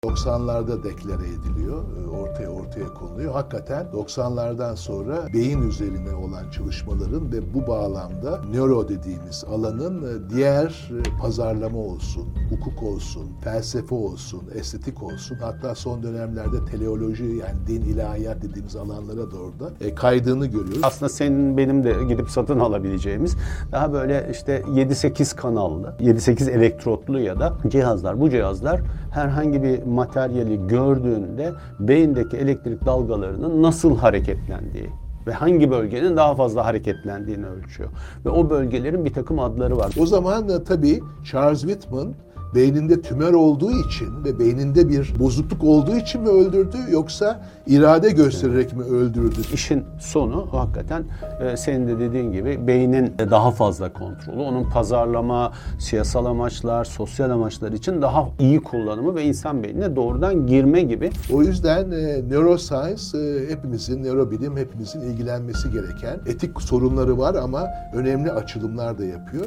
90'larda deklare ediliyor, ortaya konuluyor. Hakikaten 90'lardan sonra beyin üzerine olan çalışmaların ve bu bağlamda nöro dediğimiz alanın diğer pazarlama olsun, hukuk olsun, felsefe olsun, estetik olsun, hatta son dönemlerde teleoloji yani din, ilahiyat dediğimiz alanlara doğru da kaydığını görüyoruz. Aslında senin benim de gidip satın alabileceğimiz daha böyle işte 7-8 kanallı, 7-8 elektrotlu ya da cihazlar. Bu cihazlar herhangi bir materyali gördüğünde beyindeki elektrik dalgalarının nasıl hareketlendiği ve hangi bölgenin daha fazla hareketlendiğini ölçüyor. Ve o bölgelerin bir takım adları var. O zaman tabii Charles Whitman beyninde tümör olduğu için ve beyninde bir bozukluk olduğu için mi öldürdü yoksa irade göstererek mi öldürdü? İşin sonu hakikaten senin de dediğin gibi beynin daha fazla kontrolü, onun pazarlama, siyasal amaçlar, sosyal amaçlar için daha iyi kullanımı ve insan beynine doğrudan girme gibi. O yüzden neuroscience hepimizin, nörobilim hepimizin ilgilenmesi gereken etik sorunları var ama önemli açılımlar da yapıyor.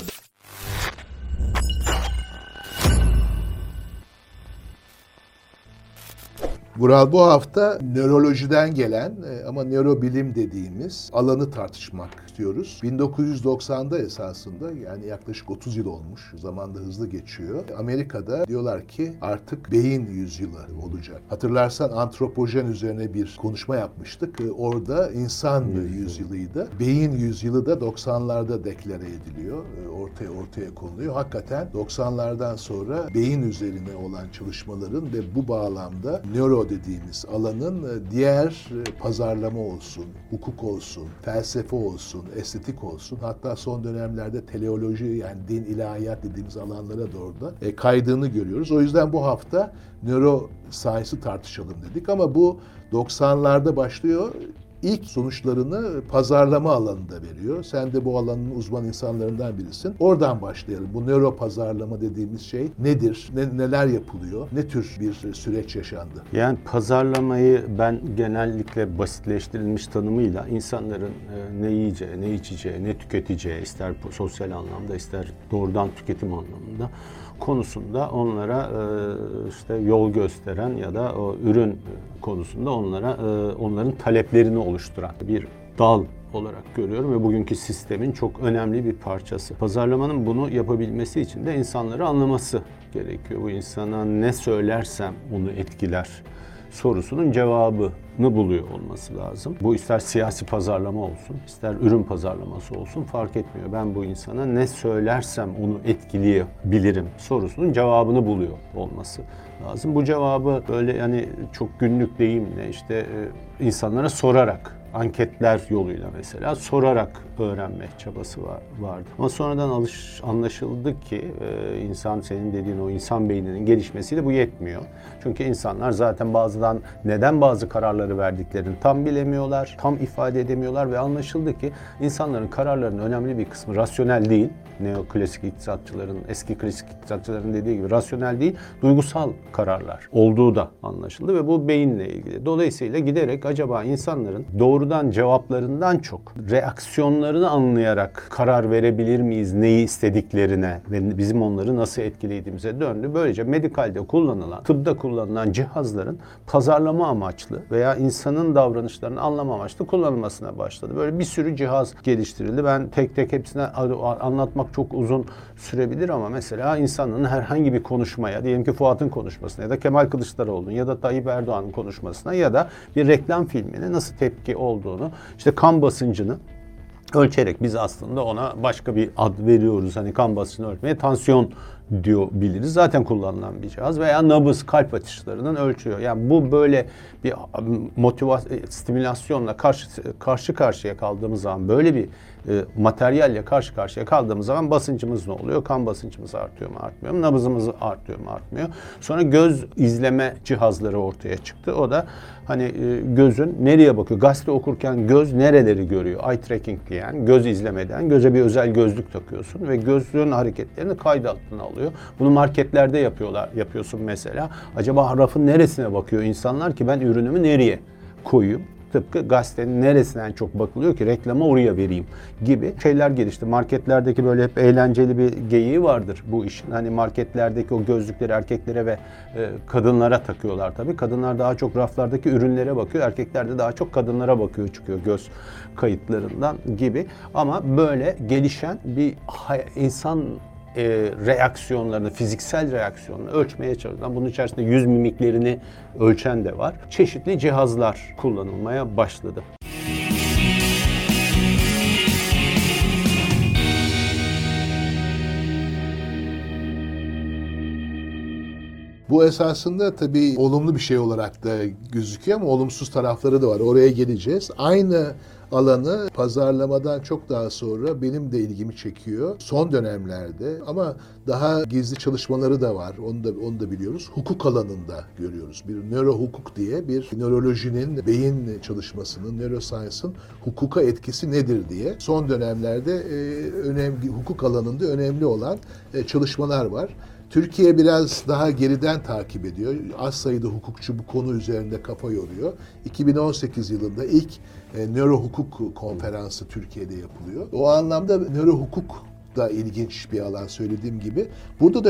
Vural, bu hafta nörolojiden gelen ama nörobilim dediğimiz alanı tartışmak istiyoruz. 1990'da esasında yani yaklaşık 30 yıl olmuş, zaman da hızlı geçiyor. Amerika'da diyorlar ki artık beyin yüzyılı olacak. Hatırlarsan antropojen üzerine bir konuşma yapmıştık. Orada insan yüzyılıydı. Beyin yüzyılı da 90'larda deklare ediliyor, ortaya konuluyor. Hakikaten 90'lardan sonra beyin üzerine olan çalışmaların ve bu bağlamda nöro dediğimiz alanın diğer pazarlama olsun, hukuk olsun, felsefe olsun, estetik olsun, hatta son dönemlerde teleoloji yani din, ilahiyat dediğimiz alanlara doğru da kaydığını görüyoruz. O yüzden bu hafta neuroscience'ı tartışalım dedik ama bu 90'larda başlıyor. İlk sonuçlarını pazarlama alanında veriyor. Sen de bu alanın uzman insanlarından birisin. Oradan başlayalım. Bu nöro pazarlama dediğimiz şey nedir? Neler yapılıyor? Ne tür bir süreç yaşandı? Yani pazarlamayı ben genellikle basitleştirilmiş tanımıyla insanların ne yiyeceği, ne içeceği, ne tüketeceği, ister sosyal anlamda ister doğrudan tüketim anlamında konusunda onlara işte yol gösteren ya da o ürün konusunda onların taleplerini oluşturan bir dal olarak görüyorum ve bugünkü sistemin çok önemli bir parçası. Pazarlamanın bunu yapabilmesi için de insanları anlaması gerekiyor. Bu insana ne söylersem onu etkiler sorusunun cevabını buluyor olması lazım. Bu ister siyasi pazarlama olsun, ister ürün pazarlaması olsun fark etmiyor. Ben bu insana ne söylersem onu etkileyebilirim sorusunun cevabını buluyor olması lazım. Bu cevabı böyle yani çok günlük deyimle işte insanlara sorarak, anketler yoluyla mesela sorarak öğrenme çabası vardı. Ama sonradan anlaşıldı ki insan senin dediğin o insan beyninin gelişmesiyle bu yetmiyor. Çünkü insanlar zaten neden bazı kararları verdiklerini tam bilemiyorlar, tam ifade edemiyorlar ve anlaşıldı ki insanların kararlarının önemli bir kısmı rasyonel değil. Neoklasik iktisatçıların, eski klasik iktisatçıların dediği gibi rasyonel değil, duygusal kararlar olduğu da anlaşıldı ve bu beyinle ilgili. Dolayısıyla giderek acaba insanların doğrudan cevaplarından çok reaksiyonlarını anlayarak karar verebilir miyiz neyi istediklerine ve bizim onları nasıl etkilediğimize döndü. Böylece medikalde kullanılan, tıpta kullanılan cihazların pazarlama amaçlı veya insanın davranışlarını anlama amaçlı kullanılmasına başladı. Böyle bir sürü cihaz geliştirildi. Ben tek tek hepsine anlatmak çok uzun sürebilir ama mesela insanın herhangi bir konuşmaya, diyelim ki Fuat'ın konuşmasına ya da Kemal Kılıçdaroğlu'nun ya da Tayyip Erdoğan'ın konuşmasına ya da bir reklam filmine nasıl tepki olduğunu, işte kan basıncını ölçerek biz aslında ona başka bir ad veriyoruz. Hani kan basıncını ölçmeye tansiyon diyor biliriz. Zaten kullanılan bir cihaz veya nabız, kalp atışlarının ölçüyor. Yani bu böyle bir stimülasyonla karşı karşıya kaldığımız zaman böyle bir materyalle karşı karşıya kaldığımız zaman basıncımız ne oluyor? Kan basıncımız artıyor mu, artmıyor mu? Nabızımız artıyor mu, artmıyor? Sonra göz izleme cihazları ortaya çıktı. O da hani gözün nereye bakıyor? Gazete okurken göz nereleri görüyor? Eye tracking diyen, göz izlemeden göze bir özel gözlük takıyorsun ve gözlüğün hareketlerini kayıt altına alıyor. Bunu marketlerde yapıyorsun mesela. Acaba rafın neresine bakıyor insanlar ki ben ürünümü nereye koyayım? tıpkı gazetenin neresinden çok bakılıyor ki reklama oraya vereyim gibi şeyler gelişti. Marketlerdeki böyle hep eğlenceli bir geyiği vardır bu işin. Hani marketlerdeki o gözlükleri erkeklere ve kadınlara takıyorlar tabii. Kadınlar daha çok raflardaki ürünlere bakıyor. Erkekler de daha çok kadınlara bakıyor çıkıyor göz kayıtlarından gibi. Ama böyle gelişen bir insan reaksiyonlarını, fiziksel reaksiyonlarını ölçmeye çalışan, bunun içerisinde yüz mimiklerini ölçen de var. Çeşitli cihazlar kullanılmaya başladı. Bu esasında tabii olumlu bir şey olarak da gözüküyor ama olumsuz tarafları da var. Oraya geleceğiz. Aynı alanı pazarlamadan çok daha sonra benim de ilgimi çekiyor. Son dönemlerde ama daha gizli çalışmaları da var. Onu da biliyoruz. Hukuk alanında görüyoruz. Bir nörohukuk diye bir nörolojinin, beyin çalışmasının, neuroscience'ın hukuka etkisi nedir diye son dönemlerde hukuk alanında önemli olan çalışmalar var. Türkiye biraz daha geriden takip ediyor. Az sayıda hukukçu bu konu üzerinde kafa yoruyor. 2018 yılında ilk nörohukuk konferansı Türkiye'de yapılıyor. O anlamda nörohukuk da ilginç bir alan söylediğim gibi. Burada da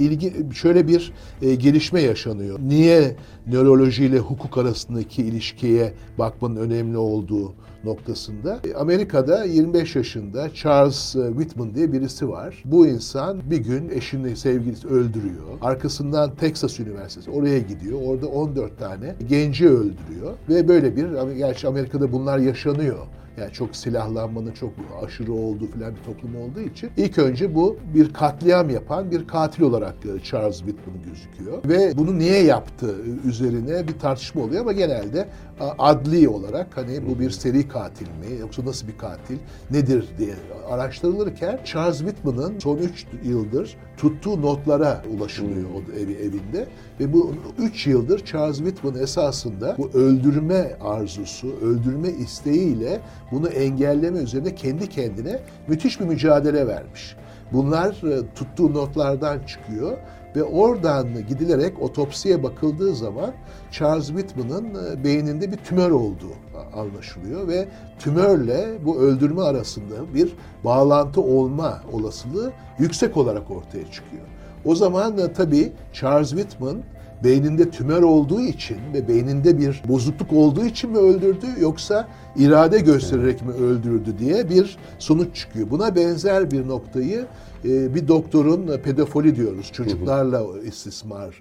şöyle bir gelişme yaşanıyor. Niye nöroloji ile hukuk arasındaki ilişkiye bakmanın önemli olduğu noktasında. Amerika'da 25 yaşında Charles Whitman diye birisi var. Bu insan bir gün eşini, sevgilisi öldürüyor. Arkasından Texas Üniversitesi oraya gidiyor. Orada 14 tane genci öldürüyor. Ve böyle gerçi Amerika'da bunlar yaşanıyor. Yani çok silahlanmanın çok aşırı olduğu filan bir toplum olduğu için ilk önce bu bir katliam yapan bir katil olarak Charles Whitman gözüküyor. Ve bunu niye yaptı üzerine bir tartışma oluyor ama genelde adli olarak hani bu bir seri katil mi yoksa nasıl bir katil nedir diye araştırılırken Charles Whitman'ın son 3 yıldır tuttuğu notlara ulaşılıyor o evinde ve bu 3 yıldır Charles Whitman esasında bu öldürme arzusu, öldürme isteğiyle bunu engelleme üzerine kendi kendine müthiş bir mücadele vermiş. Bunlar tuttuğu notlardan çıkıyor ve oradan gidilerek otopsiye bakıldığı zaman Charles Whitman'ın beyninde bir tümör olduğu anlaşılıyor ve tümörle bu öldürme arasında bir bağlantı olma olasılığı yüksek olarak ortaya çıkıyor. O zaman tabii Charles Whitman beyninde tümör olduğu için ve beyninde bir bozukluk olduğu için mi öldürdü yoksa irade göstererek mi öldürdü diye bir sonuç çıkıyor. Buna benzer bir noktayı bir doktorun pedofili diyoruz. Çocuklarla istismar,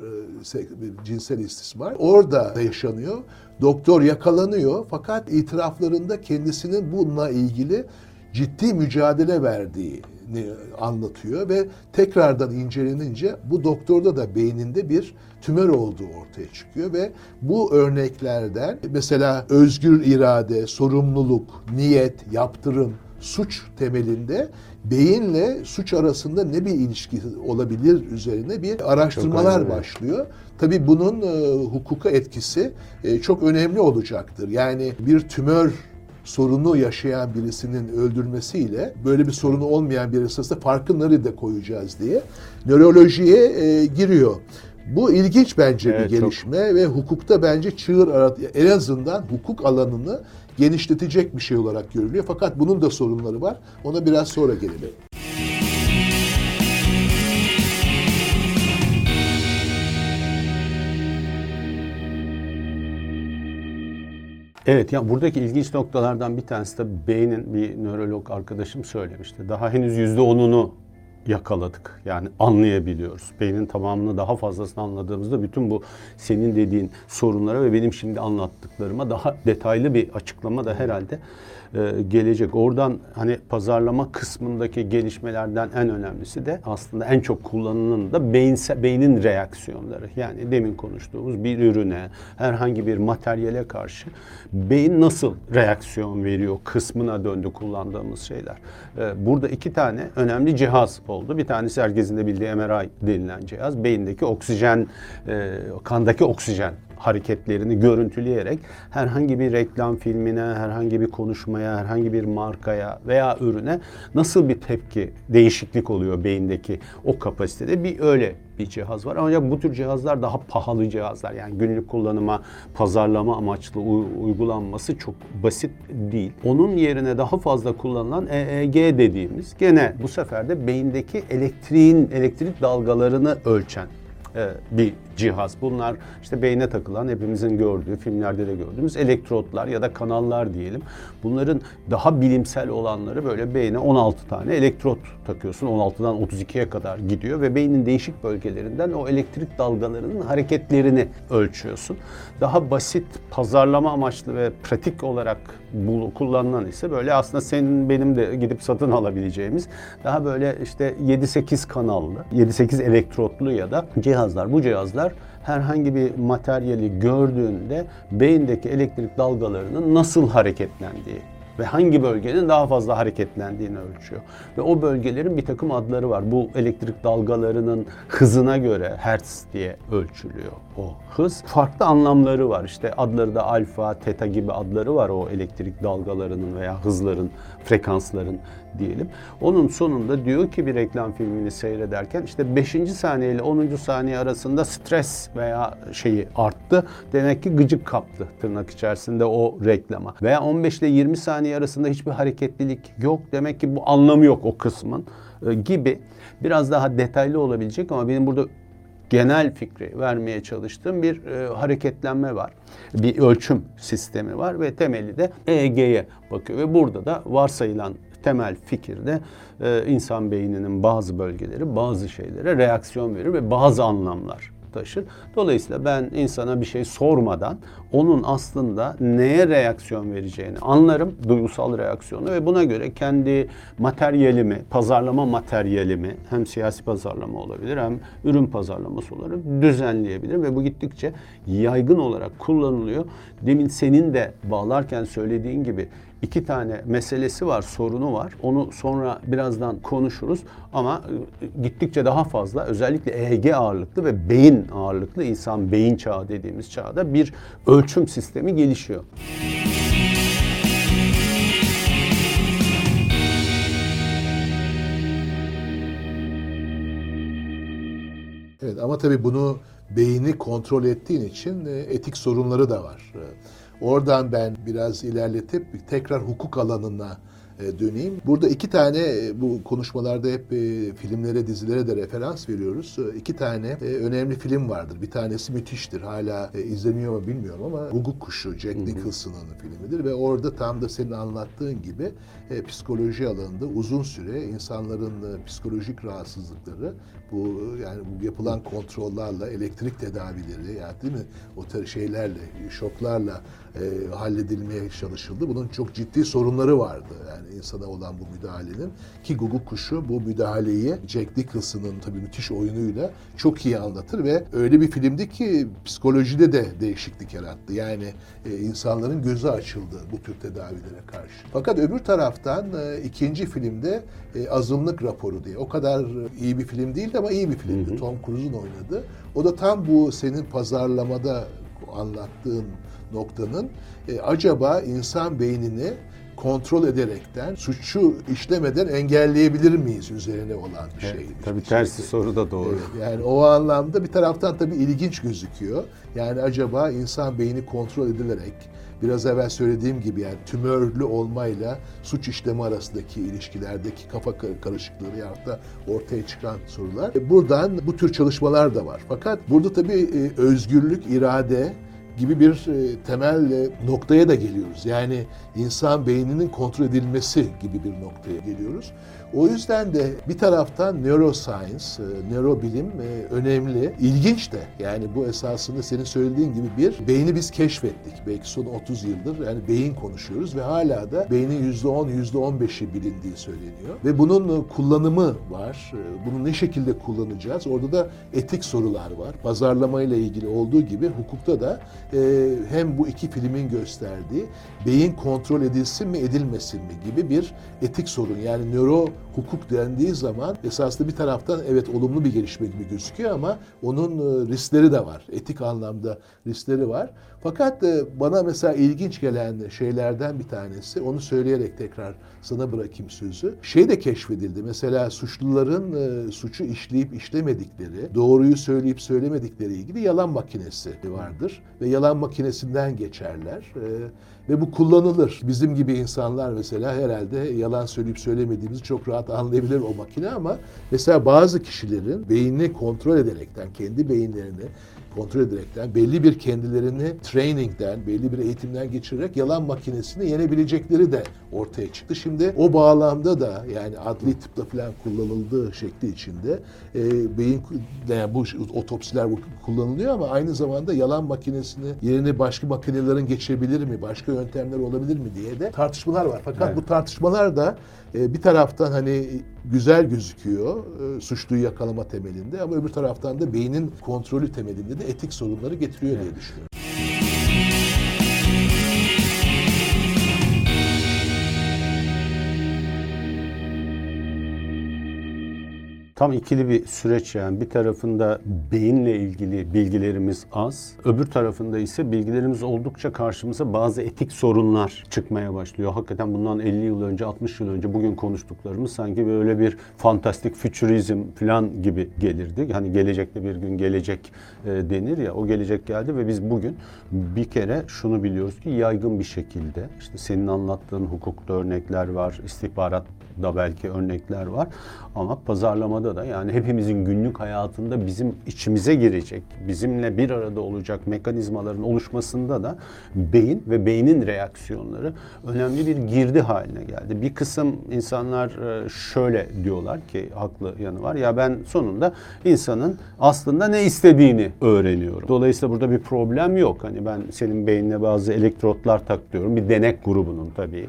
cinsel istismar. Orada yaşanıyor. Doktor yakalanıyor fakat itiraflarında kendisinin bununla ilgili ciddi mücadele verdiğini anlatıyor ve tekrardan incelenince bu doktorda da beyninde bir tümör olduğu ortaya çıkıyor ve bu örneklerden mesela özgür irade, sorumluluk, niyet, yaptırım, suç temelinde beyinle suç arasında ne bir ilişki olabilir üzerine bir araştırmalar başlıyor. Tabii bunun hukuka etkisi çok önemli olacaktır. Yani bir tümör sorunu yaşayan birisinin öldürmesiyle böyle bir sorunu olmayan birisi arasında farkı nerede koyacağız diye nörolojiye giriyor. Bu ilginç bence bir gelişme ve hukukta bence en azından hukuk alanını genişletecek bir şey olarak görülüyor. Fakat bunun da sorunları var. Ona biraz sonra gelelim. Evet, ya buradaki ilginç noktalardan bir tanesi de beynin, bir nörolog arkadaşım söylemişti. Daha henüz %10'unu yakaladık. Yani anlayabiliyoruz. Beynin tamamını daha fazlasını anladığımızda bütün bu senin dediğin sorunlara ve benim şimdi anlattıklarıma daha detaylı bir açıklama da herhalde gelecek. Oradan hani pazarlama kısmındaki gelişmelerden en önemlisi de aslında en çok kullanılanı da beynin reaksiyonları. Yani demin konuştuğumuz bir ürüne, herhangi bir materyale karşı beyin nasıl reaksiyon veriyor kısmına döndü kullandığımız şeyler. Burada iki tane önemli cihaz oldu. Bir tanesi herkesin de bildiği MRI denilen cihaz. Beyindeki oksijen, kandaki oksijen hareketlerini görüntüleyerek herhangi bir reklam filmine, herhangi bir konuşmaya, herhangi bir markaya veya ürüne nasıl bir tepki, değişiklik oluyor beyindeki o kapasitede bir öyle bir cihaz var. Ancak bu tür cihazlar daha pahalı cihazlar. Yani günlük kullanıma, pazarlama amaçlı uygulanması çok basit değil. Onun yerine daha fazla kullanılan EEG dediğimiz, gene bu sefer de beyindeki elektrik dalgalarını ölçen bir cihaz. Bunlar işte beyne takılan, hepimizin gördüğü, filmlerde de gördüğümüz elektrotlar ya da kanallar diyelim. Bunların daha bilimsel olanları, böyle beyne 16 tane elektrot takıyorsun. 16'dan 32'ye kadar gidiyor ve beynin değişik bölgelerinden o elektrik dalgalarının hareketlerini ölçüyorsun. Daha basit, pazarlama amaçlı ve pratik olarak kullanılan ise böyle aslında senin benim de gidip satın alabileceğimiz daha böyle işte 7-8 kanallı, 7-8 elektrotlu ya da cihazlar. Bu cihazlar herhangi bir materyali gördüğünde beyindeki elektrik dalgalarının nasıl hareketlendiği ve hangi bölgenin daha fazla hareketlendiğini ölçüyor. Ve o bölgelerin bir takım adları var. Bu elektrik dalgalarının hızına göre hertz diye ölçülüyor o hız. Farklı anlamları var. İşte adları da alfa, teta gibi adları var o elektrik dalgalarının veya hızların, frekansların diyelim. Onun sonunda diyor ki bir reklam filmini seyrederken işte 5. saniye ile 10. saniye arasında stres veya şeyi arttı. Demek ki gıcık kaptı tırnak içerisinde o reklama. Veya 15 ile 20 saniye arasında hiçbir hareketlilik yok. Demek ki bu anlamı yok o kısmın gibi. Biraz daha detaylı olabilecek ama benim burada genel fikri vermeye çalıştığım bir hareketlenme var. Bir ölçüm sistemi var ve temeli de EEG'ye bakıyor. Ve burada da varsayılan temel fikir de insan beyninin bazı bölgeleri bazı şeylere reaksiyon verir ve bazı anlamlar taşır. Dolayısıyla ben insana bir şey sormadan onun aslında neye reaksiyon vereceğini anlarım, duygusal reaksiyonu, ve buna göre kendi materyalimi, pazarlama materyalimi, hem siyasi pazarlama olabilir hem ürün pazarlaması olarak düzenleyebilirim ve bu gittikçe yaygın olarak kullanılıyor. Demin senin de bağlarken söylediğin gibi 2 tane meselesi var, sorunu var. Onu sonra birazdan konuşuruz ama gittikçe daha fazla, özellikle EEG ağırlıklı ve beyin ağırlıklı, insan beyin çağı dediğimiz çağda bir ölçüm sistemi gelişiyor. Evet, ama tabii bunu beyni kontrol ettiğin için etik sorunları da var. Oradan ben biraz ilerletip tekrar hukuk alanına döneyim. Burada 2 tane, bu konuşmalarda hep filmlere, dizilere de referans veriyoruz. 2 tane önemli film vardır. Bir tanesi müthiştir. Hala izleniyor mu bilmiyorum ama Guguk Kuşu, Jack Nicholson'ın filmidir ve orada tam da senin anlattığın gibi psikoloji alanında uzun süre insanların psikolojik rahatsızlıkları, bu yapılan kontrollerle, elektrik tedavileri, yani değil mi, o tür şeylerle, şoklarla halledilmeye çalışıldı. Bunun çok ciddi sorunları vardı. Yani insana olan bu müdahalenin, ki Guguk Kuşu bu müdahaleyi Jack Nicholson'ın tabii müthiş oyunuyla çok iyi anlatır ve öyle bir filmdi ki psikolojide de değişiklik yarattı. Yani insanların gözü açıldı bu tür tedavilere karşı. Fakat öbür taraftan ikinci filmde Azınlık Raporu diye, o kadar iyi bir film değildi ama iyi bir filmdi. Tom Cruise'un oynadığı. O da tam bu senin pazarlamada anlattığın noktanın acaba insan beynini kontrol ederekten, suçu işlemeden engelleyebilir miyiz üzerine olan bir şey. Tabii tersi soru da doğru. Evet, yani o anlamda bir taraftan tabii ilginç gözüküyor. Yani acaba insan beyni kontrol edilerek, biraz evvel söylediğim gibi, yani tümörlü olmayla suç işlemi arasındaki ilişkilerdeki kafa karışıklığı ya da ortaya çıkan sorular. Buradan bu tür çalışmalar da var. Fakat burada tabii özgürlük, irade gibi bir temel noktaya da geliyoruz. Yani insan beyninin kontrol edilmesi gibi bir noktaya geliyoruz. O yüzden de bir taraftan neuroscience, nörobilim önemli, ilginç de. Yani bu esasında senin söylediğin gibi bir beyni biz keşfettik. Belki son 30 yıldır yani beyin konuşuyoruz ve hala da beynin %10, %15'i bilindiği söyleniyor. Ve bunun kullanımı var. Bunu ne şekilde kullanacağız? Orada da etik sorular var. Pazarlamayla ilgili olduğu gibi hukukta da hem bu 2 filmin gösterdiği beyin kontrol edilsin mi edilmesin mi gibi bir etik sorun. Yani hukuk dendiği zaman esasında bir taraftan evet olumlu bir gelişme gibi gözüküyor ama onun riskleri de var. Etik anlamda riskleri var. Fakat bana mesela ilginç gelen şeylerden bir tanesi, onu söyleyerek tekrar sana bırakayım sözü. Şey de keşfedildi. Mesela suçluların suçu işleyip işlemedikleri, doğruyu söyleyip söylemedikleri ilgili yalan makinesi vardır. Ve yalan makinesinden geçerler. Ve bu kullanılır. Bizim gibi insanlar mesela herhalde yalan söyleyip söylemediğimizi çok rahat anlayabilir o makine ama mesela bazı kişilerin beynini kontrol ederekten, kendi beyinlerini kontrol ederekten belli bir kendilerini trainingden, belli bir eğitimden geçirerek yalan makinesini yenebilecekleri de ortaya çıktı. Şimdi o bağlamda da yani adli tıpta falan kullanıldığı şekli içinde beyin yani bu otopsiler kullanılıyor ama aynı zamanda yalan makinesini yerine başka makinelerin geçebilir mi, başka yöntemler olabilir mi diye de tartışmalar var. Fakat evet, bu tartışmalar da bir taraftan hani güzel gözüküyor suçluyu yakalama temelinde ama öbür taraftan da beynin kontrolü temelinde de etik sorunları getiriyor diye düşünüyorum. Tam ikili bir süreç yani. Bir tarafında beyinle ilgili bilgilerimiz az. Öbür tarafında ise bilgilerimiz oldukça karşımıza bazı etik sorunlar çıkmaya başlıyor. Hakikaten bundan 50 yıl önce, 60 yıl önce bugün konuştuklarımız sanki böyle bir fantastik fütürizm falan gibi gelirdi. Hani gelecekte bir gün gelecek denir ya, o gelecek geldi ve biz bugün bir kere şunu biliyoruz ki yaygın bir şekilde işte senin anlattığın hukukta örnekler var, istihbaratta belki örnekler var ama pazarlamada da yani hepimizin günlük hayatında bizim içimize girecek, bizimle bir arada olacak mekanizmaların oluşmasında da beyin ve beynin reaksiyonları önemli bir girdi haline geldi. Bir kısım insanlar şöyle diyorlar ki haklı yanı var. Ya ben sonunda insanın aslında ne istediğini öğreniyorum. Dolayısıyla burada bir problem yok. Hani ben senin beynine bazı elektrotlar takıyorum. Bir denek grubunun tabii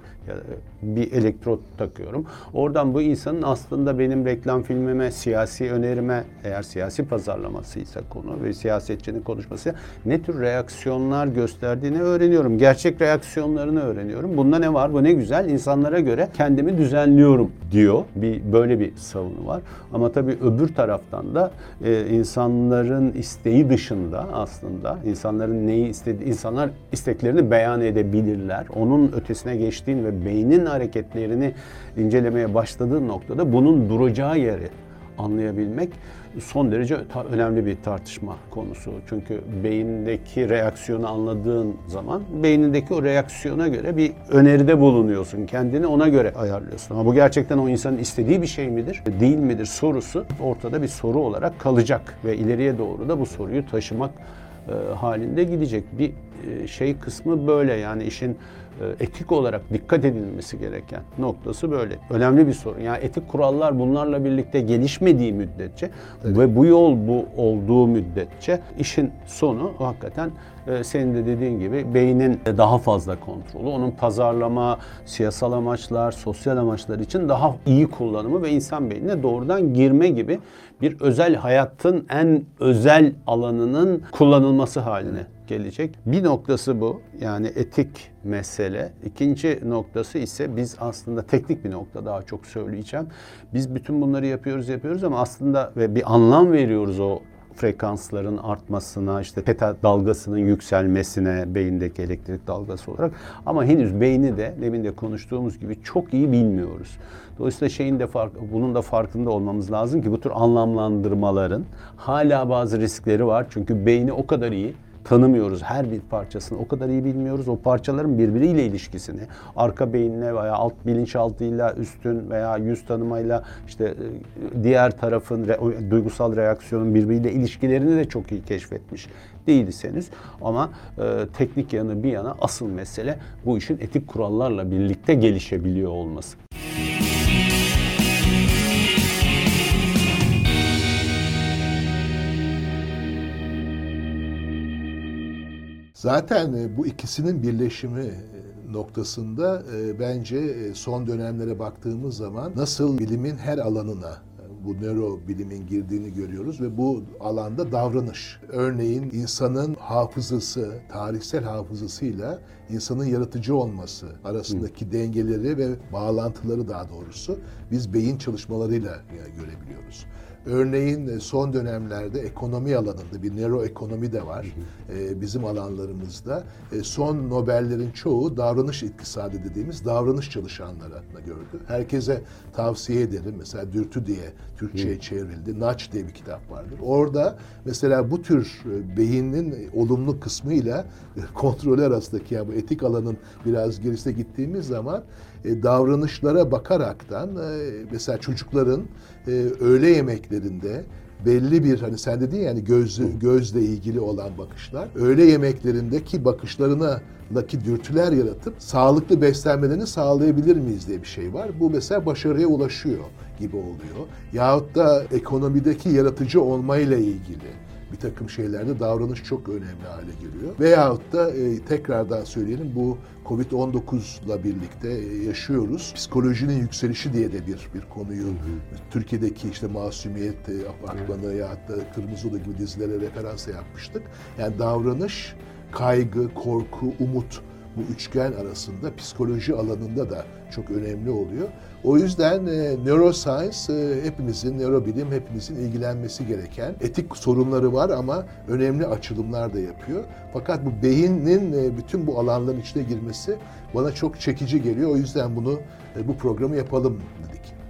bir elektrot takıyorum. Oradan bu insanın aslında benim reklam filmime, siyasi önerime, eğer siyasi pazarlamasıysa konu ve siyasetçinin konuşması ne tür reaksiyonlar gösterdiğini öğreniyorum. Gerçek reaksiyonlarını öğreniyorum. Bunda ne var? Bu ne güzel. İnsanlara göre kendimi düzenliyorum diyor. Böyle bir savunu var. Ama tabii öbür taraftan da insanların isteği dışında aslında insanların neyi istediği, insanlar isteklerini beyan edebilirler. Onun ötesine geçtiğin ve beynin hareketlerini incelemeye başladığın noktada bunun duracağı yeri anlayabilmek son derece önemli bir tartışma konusu. Çünkü beyindeki reaksiyonu anladığın zaman beynindeki o reaksiyona göre bir öneride bulunuyorsun. Kendini ona göre ayarlıyorsun. Ama bu gerçekten o insanın istediği bir şey midir, değil midir sorusu ortada bir soru olarak kalacak ve ileriye doğru da bu soruyu taşımak halinde gidecek. Bir şey kısmı böyle yani işin etik olarak dikkat edilmesi gereken noktası böyle. Önemli bir sorun. Yani etik kurallar bunlarla birlikte gelişmediği müddetçe ve bu yol bu olduğu müddetçe işin sonu hakikaten senin de dediğin gibi beynin daha fazla kontrolü, onun pazarlama, siyasal amaçlar, sosyal amaçlar için daha iyi kullanımı ve insan beynine doğrudan girme gibi bir özel hayatın en özel alanının kullanılması haline gelecek. Bir noktası bu. Yani etik mesele. İkinci noktası ise biz aslında teknik bir nokta daha çok söyleyeceğim. Biz bütün bunları yapıyoruz ama aslında ve bir anlam veriyoruz o frekansların artmasına, işte teta dalgasının yükselmesine, beyindeki elektrik dalgası olarak. Ama henüz beyni de demin de konuştuğumuz gibi çok iyi bilmiyoruz. Dolayısıyla bunun da farkında olmamız lazım ki bu tür anlamlandırmaların hala bazı riskleri var. Çünkü beyni o kadar iyi tanımıyoruz. Her bir parçasını o kadar iyi bilmiyoruz. O parçaların birbiriyle ilişkisini, arka beyinle veya alt bilinçaltıyla, üstün veya yüz tanımayla işte diğer tarafın duygusal reaksiyonun birbiriyle ilişkilerini de çok iyi keşfetmiş değiliz henüz. Ama teknik yanı bir yana asıl mesele bu işin etik kurallarla birlikte gelişebiliyor olması. Zaten bu ikisinin birleşimi noktasında bence son dönemlere baktığımız zaman nasıl bilimin her alanına bu nörobilimin girdiğini görüyoruz ve bu alanda davranış. Örneğin insanın hafızası, tarihsel hafızasıyla insanın yaratıcı olması arasındaki dengeleri ve bağlantıları, daha doğrusu biz beyin çalışmalarıyla görebiliyoruz. Örneğin son dönemlerde ekonomi alanında bir nöroekonomi de var bizim alanlarımızda. Son Nobel'lerin çoğu davranış iktisadı dediğimiz davranış çalışanlarına gördü. Herkese tavsiye ederim. Mesela Dürtü diye Türkçe'ye çevrildi. Nudge diye bir kitap vardır. Orada mesela bu tür beynin olumlu kısmıyla kontrolü arasındaki, yani bu etik alanın biraz gerisine gittiğimiz zaman davranışlara bakaraktan mesela çocukların öğle yemeklerinde belli bir, hani sen dedin ya, yani gözle ilgili olan bakışlar, öğle yemeklerindeki bakışlarındaki dürtüler yaratıp sağlıklı beslenmelerini sağlayabilir miyiz diye bir şey var. Bu mesela başarıya ulaşıyor gibi oluyor. Yahut da ekonomideki yaratıcı olmayla ilgili bir takım şeylerde davranış çok önemli hale geliyor. Veyahut da tekrardan söyleyelim, bu Covid-19'la birlikte yaşıyoruz. Psikolojinin yükselişi diye de bir konuyu Türkiye'deki işte Masumiyet Apartmanı ya da Kırmızı Oda gibi dizilere referans yapmıştık. Yani davranış, kaygı, korku, umut, bu üçgen arasında psikoloji alanında da çok önemli oluyor. O yüzden neuroscience hepimizin, nörobilim hepimizin ilgilenmesi gereken, etik sorunları var ama önemli açılımlar da yapıyor. Fakat bu beynin bütün bu alanların içine girmesi bana çok çekici geliyor. O yüzden bu programı yapalım dedik.